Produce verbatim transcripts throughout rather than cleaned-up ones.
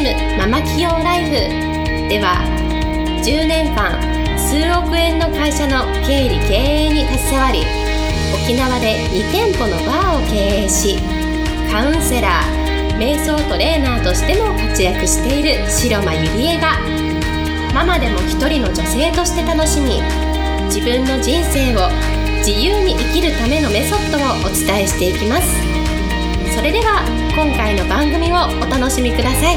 ママ企業ライフでは、じゅうねんかん数億円の会社の経理経営に携わり、沖縄でにてんぽのバーを経営し、カウンセラー、瞑想トレーナーとしても活躍している白間ゆりえが、ママでも一人の女性として楽しみ、自分の人生を自由に生きるためのメソッドをお伝えしていきます。それでは今回の番組をお楽しみください。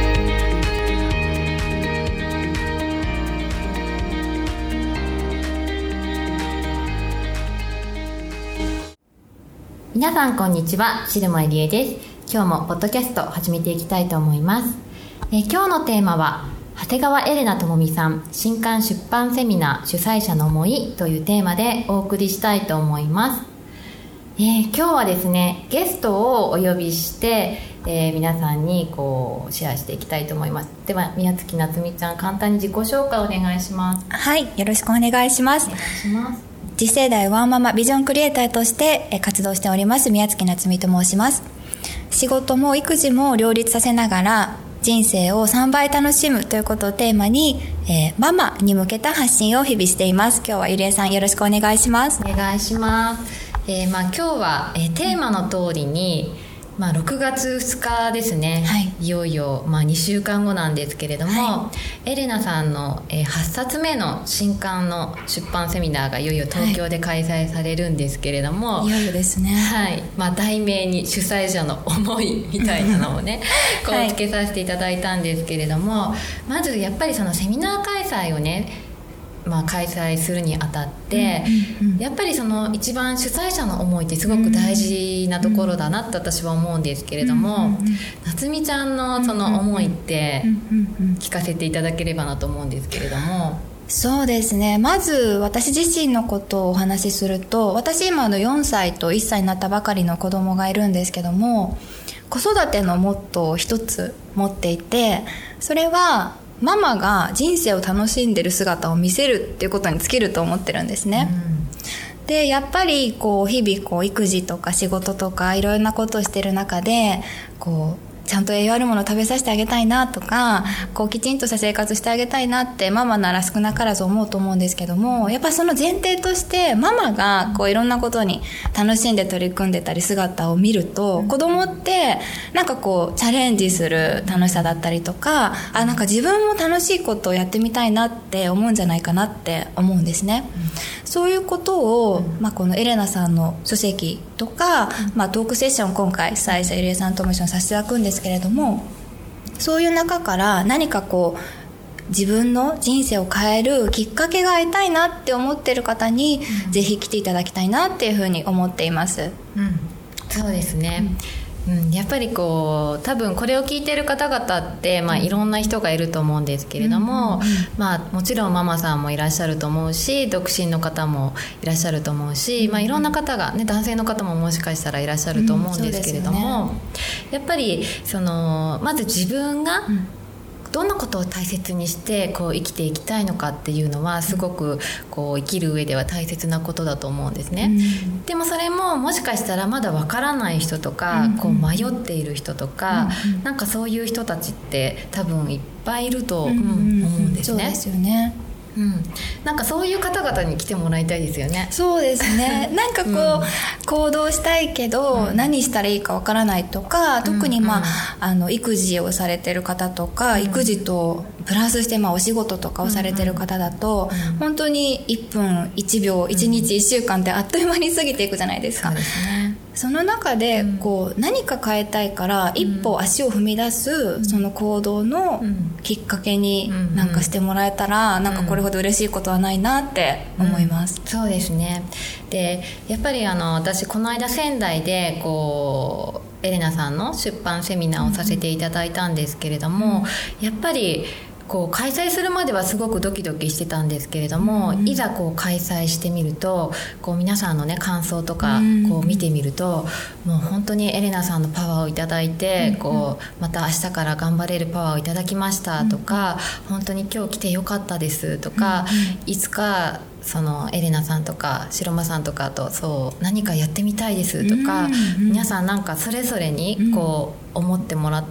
皆さんこんにちは、白間ゆりえです。今日もポッドキャスト始めていきたいと思います。え今日のテーマは長谷川エレナ智美さん、新刊出版セミナー主催者の思いというテーマでお送りしたいと思います。えー、今日はですね、ゲストをお呼びして、えー、皆さんにこうシェアしていきたいと思います。では宮月夏美ちゃん、簡単に自己紹介お願いします。 はい、よろしくお願いします。 お願いします。 次世代ワンママビジョンクリエイターとして活動しております宮月夏美と申します。仕事も育児も両立させながら人生をさんばい楽しむということをテーマに、えー、ママに向けた発信を日々しています。今日はゆりえさんよろしくお願いします。 お願いします。えーまあ、今日は、えー、テーマの通りに、まあ、ろくがつふつかですね、はい、いよいよ、まあ、にしゅうかんごなんですけれども、はい、エレナさんの、えー、はっさつめの新刊の出版セミナーがいよいよ東京で開催されるんですけれども、 はい、いよいよですね、 はいまあ、題名に主催者の思いみたいなのをねこうつけさせていただいたんですけれども、はい、まずやっぱりそのセミナー開催をねまあ、開催するにあたって、うんうんうん、やっぱりその一番主催者の思いってすごく大事なところだなって私は思うんですけれども、うんうんうん、夏美ちゃんのその思いって聞かせていただければなと思うんですけれども。 そうですね、まず私自身のことをお話しすると、私今のよんさいといっさいになったばかりの子供がいるんですけども、子育てのモットーを一つ持っていて、それはママが人生を楽しんでる姿を見せるっていうことに尽きると思ってるんですね、うん、でやっぱりこう日々こう育児とか仕事とかいろいろなことをしてる中で、こうちゃんと栄養あるものを食べさせてあげたいなとか、こうきちんとした生活してあげたいなってママなら少なからず思うと思うんですけども、やっぱその前提としてママがこういろんなことに楽しんで取り組んでたり姿を見ると、子供ってなんかこうチャレンジする楽しさだったりとか、あなんか自分も楽しいことをやってみたいなって思うんじゃないかなって思うんですね、うん、そういうことを、まあ、このエレナさんの書籍とか、まあ、トークセッション今回主催者ゆりえさんとも一緒にさせていただくんですけれども、そういう中から何かこう自分の人生を変えるきっかけが得たいなって思ってる方に、うん、ぜひ来ていただきたいなっていうふうに思っています、 うん、そうですね、うんうん、やっぱりこう多分これを聞いてる方々って、まあ、いろんな人がいると思うんですけれども、うんうんうんまあ、もちろんママさんもいらっしゃると思うし、独身の方もいらっしゃると思うし、まあ、いろんな方が、ね、男性の方ももしかしたらいらっしゃると思うんですけれども、うんね、やっぱりそのまず自分がどんなことを大切にしてこう生きていきたいのかっていうのはすごくこう生きる上では大切なことだと思うんですね、うん、でもそれももしかしたらまだわからない人とか、うん、こう迷っている人とか、うん、なんかそういう人たちって多分いっぱいいると、うんうん、思うんですね。 そうですよね、 うん、なんかそういう方々に来てもらいたいですよね。 そうですねなんかこう、うん、行動したいけど、うん、何したらいいかわからないとか、特に、まあうん、あの育児をされてる方とか、うん、育児とプラスして、まあ、お仕事とかをされてる方だと、うん、本当にいっぷんいちびょういちにちいっしゅうかんってあっという間に過ぎていくじゃないですか、 そうですね。 その中でこう何か変えたいから一歩足を踏み出すその行動のきっかけになんかしてもらえたら、なんかこれほど嬉しいことはないなって思います、 うん、そうですね。でやっぱりあの私この間仙台でこうエレナさんの出版セミナーをさせていただいたんですけれども、うん、やっぱりこう開催するまではすごくドキドキしてたんですけれども、うん、いざこう開催してみるとこう皆さんの、ね、感想とかこう見てみると、もう本当にエレナさんのパワーをいただいて、うん、こうまた明日から頑張れるパワーをいただきましたとか、うん、本当に今日来てよかったですとか、うん、いつかそのエレナさんとか白間さんとかとそう何かやってみたいですとか、うん、皆さんなんかそれぞれにこう思ってもらった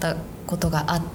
ことがあって、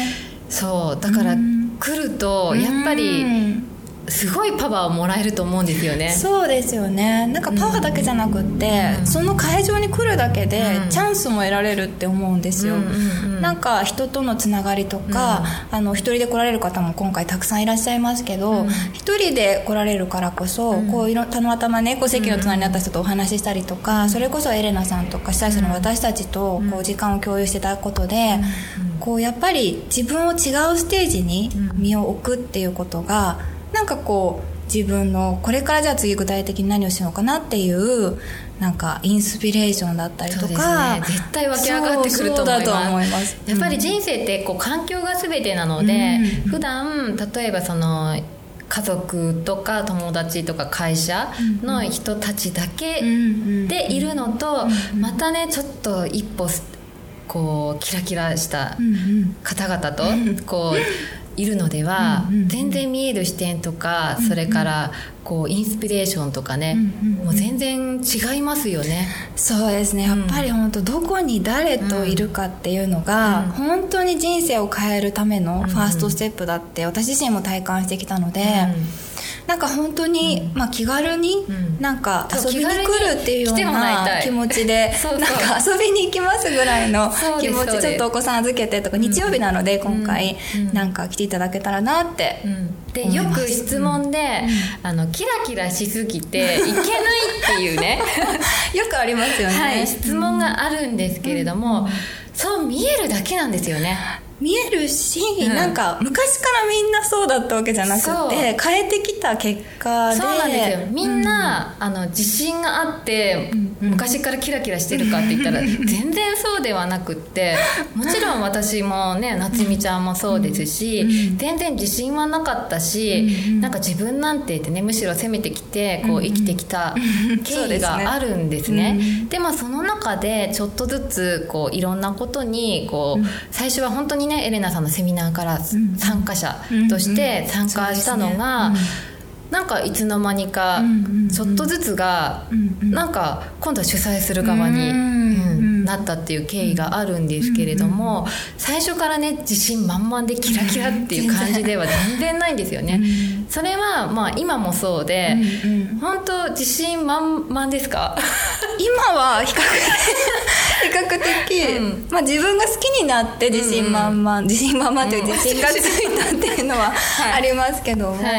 そうだから来るとやっぱりすごいパワーをもらえると思うんですよね。 そうですよね。なんかパワーだけじゃなくって、うん、その会場に来るだけでチャンスも得られるって思うんですよ、うんうんうん、なんか人とのつながりとか、うん、あの一人で来られる方も今回たくさんいらっしゃいますけど、うん、一人で来られるからこそ、うん、こういろたまたまねこう席の隣にあった人とお話ししたりとか、うん、それこそエレナさんとか主催者の私たちとこう時間を共有してたことで、うん、こうやっぱり自分を違うステージに身を置くっていうことがなんかこう自分のこれからじゃあ次具体的に何をしようかなっていうなんかインスピレーションだったりとか、 ね、絶対湧き上がってくると思います。そうだと思います。やっぱり人生ってこう環境が全てなので、うん、普段例えばその家族とか友達とか会社の人たちだけでいるのと、またねちょっと一歩こうキラキラした方々とこういるのでは、うんうんうん、全然見える視点とか、うんうん、それからこうインスピレーションとかね、うんうんうん、もう全然違いますよね。 そうですね、やっぱり本当どこに誰といるかっていうのが、うん、本当に人生を変えるためのファーストステップだって私自身も体感してきたので、うん、なんか本当に、うんまあ、気軽になんか遊びに来るっていうような気持ちでそうそうなんか遊びに行きますぐらいの気持ち、ちょっとお子さん預けてとか、日曜日なので今回なんか来ていただけたらなって思います。 でよく質問で、うん、あのキラキラしすぎていけないっていうねよくありますよね、 はい、質問があるんですけれども、うん、そう見えるだけなんですよね。 見えるし、うん、なんか昔からみんなそうだったわけじゃなくて変えてきた結果で、 そうなんですよ。みんな、うん、あの自信があって、うん、昔からキラキラしてるかって言ったら全然そうではなくってもちろん私もね夏美ちゃんもそうですし、うん、全然自信はなかったし、うん、なんか自分なんてってねむしろ攻めてきてこう生きてきた経緯があるんですね。でまあその中でちょっとずつこういろんなことにこう、うん、最初は本当にねエレナさんのセミナーから参加者として参加したのが、なんかいつの間にかちょっとずつがなんか今度は主催する側に、うんなったっていう経緯があるんですけれども、最初からね自信満々でキラキラっていう感じでは全然ないんですよね。それはまあ今もそうで、本当自信満々ですか？ 今は比較的比較的、うんまあ、自分が好きになって自信満々、うん、自信満々という自信がついたっていうのはありますけども、はいはい、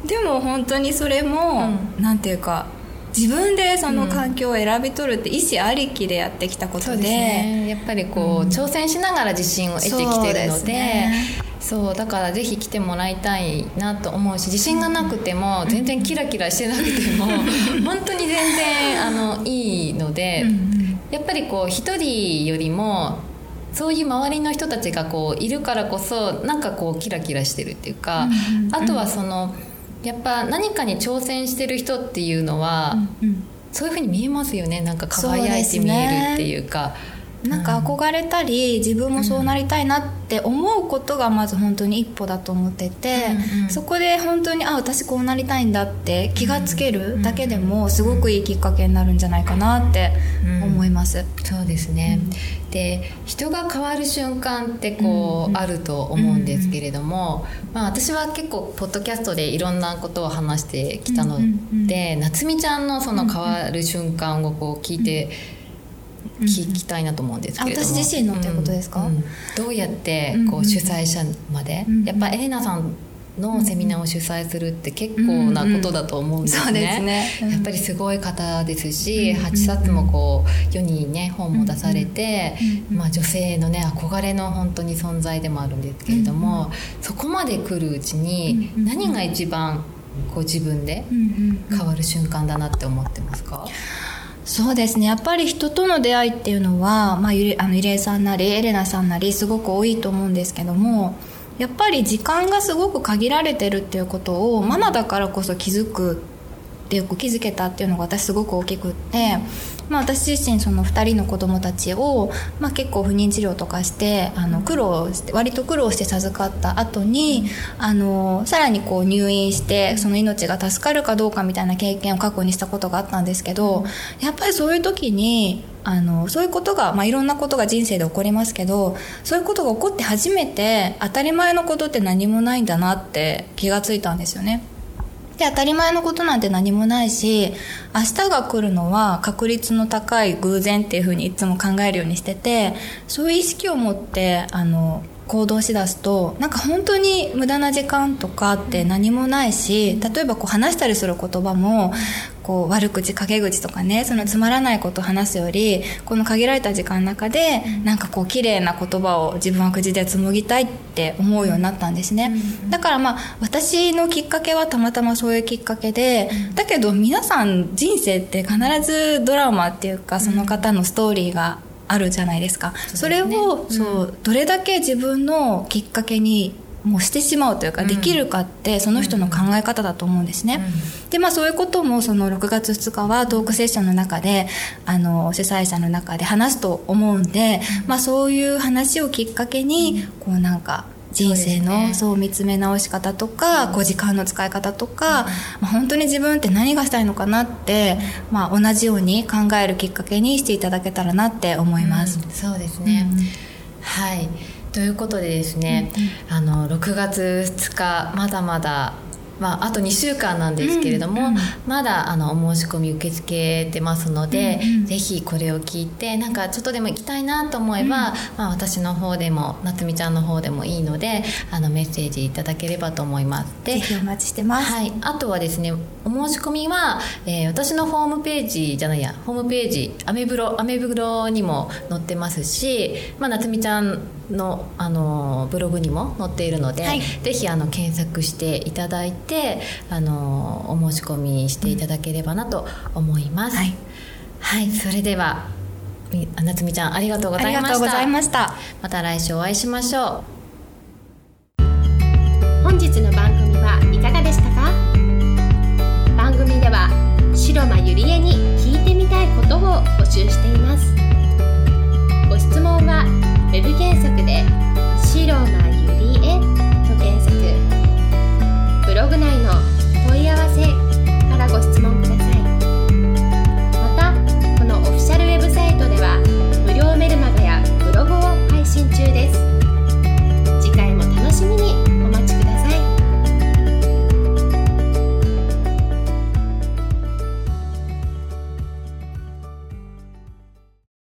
でも本当にそれも、うん、なんていうか自分でその環境を選び取るって意思ありきでやってきたことで、 そうですね、やっぱりこう、うん、挑戦しながら自信を得てきてるの で, そう, で、ね、そうだからぜひ来てもらいたいなと思うし、自信がなくても全然キラキラしてなくても本当に全然あのいいので、やっぱりこう一人よりもそういう周りの人たちがこういるからこそなんかこうキラキラしてるっていうか、あとはそのやっぱ何かに挑戦してる人っていうのは、うんうん、そういう風に見えますよね。なんか輝いて見えるっていうか、 なんか憧れたり自分もそうなりたいなって思うことがまず本当に一歩だと思ってて、うんうん、そこで本当にあ私こうなりたいんだって気がつけるだけでもすごくいいきっかけになるんじゃないかなって思います、うん、 そうですね、うん、で人が変わる瞬間ってこう、うん、あると思うんですけれども、まあ、私は結構ポッドキャストでいろんなことを話してきたので、うんうんうん、夏美ちゃんのその変わる瞬間をこう聞いて、うんうん聞きたいなと思うんですけれども、 私自身のということですか、 うんうん、どうやってこう主催者まで、うんうん、やっぱエレナさんのセミナーを主催するって結構なことだと思うんですね、うんうん、そうですね、うん、やっぱりすごい方ですし、うんうん、はちさつもこう世にね本も出されて、うんうんまあ、女性のね憧れの本当に存在でもあるんですけれども、うんうん、そこまで来るうちに何が一番こう自分で変わる瞬間だなって思ってますか？ そうですね、やっぱり人との出会いっていうのは、まあ、ゆりあの入江さんなりエレナさんなりすごく多いと思うんですけども、やっぱり時間がすごく限られてるっていうことをママだからこそ気づくっていう気づけたっていうのが私すごく大きくって、 まあ、私自身そのふたりの子供たちを、まあ、結構不妊治療とかしてあの苦労して割と苦労して授かった後に、うん、あのさらにこう入院してその命が助かるかどうかみたいな経験を過去にしたことがあったんですけど、うん、やっぱりそういう時にあのそういうことが、まあ、いろんなことが人生で起こりますけど、そういうことが起こって初めて当たり前のことって何もないんだなって気がついたんですよね。で当たり前のことなんて何もないし、明日が来るのは確率の高い偶然っていうふうにいつも考えるようにしてて、そういう意識を持ってあの行動しだすと、なんか本当に無駄な時間とかって何もないし、例えばこう話したりする言葉もこう悪口陰口とかね、そのつまらないことを話すより、この限られた時間の中でなんかこう綺麗な言葉を自分は口で紡ぎたいって思うようになったんですね。だからまあ私のきっかけはたまたまそういうきっかけで、だけど皆さん人生って必ずドラマっていうか、その方のストーリーがあるじゃないですか。それをそうどれだけ自分のきっかけにもうしてしまうというか、できるかってその人の考え方だと思うんですね。でまあそういうこともそのろくがつふつかはトークセッションの中であの主催者の中で話すと思うんで、まあそういう話をきっかけにこうなんか人生の そうですね、そう見つめ直し方とか、こう時間の使い方とか、うんまあ、本当に自分って何がしたいのかなって、まあ、同じように考えるきっかけにしていただけたらなって思います。 うん、そうですね、うん、はいということでですね、うん、あのろくがつふつかまだまだまあ、あとにしゅうかんなんですけれども、うんうん、まだあのお申し込み受け付けてますので、うんうん、ぜひこれを聞いてなんかちょっとでも行きたいなと思えば、うんまあ、私の方でも夏美ちゃんの方でもいいのであのメッセージいただければと思います。 でぜひお待ちしてます、 はい、あとはですねお申し込みは、えー、私のホームページじゃないやホームページアメブロアメブロにも載ってますし、まあ、夏美ちゃんの、あのブログにも載っているので、はい、ぜひあの検索していただいてあのお申し込みしていただければなと思います、うん、はい、はい、それでは夏美ちゃんありがとうございました。ありがとうございました。また来週お会いしましょう。本日の番組はいかがでしたか？番組では白間ゆりえに聞いてみたいことを募集しています。ご質問はウェブ検索で白間ゆりえと検索、ブログ内の問い合わせからご質問ください。またこのオフィシャルウェブサイトでは無料メルマガやブログを配信中です。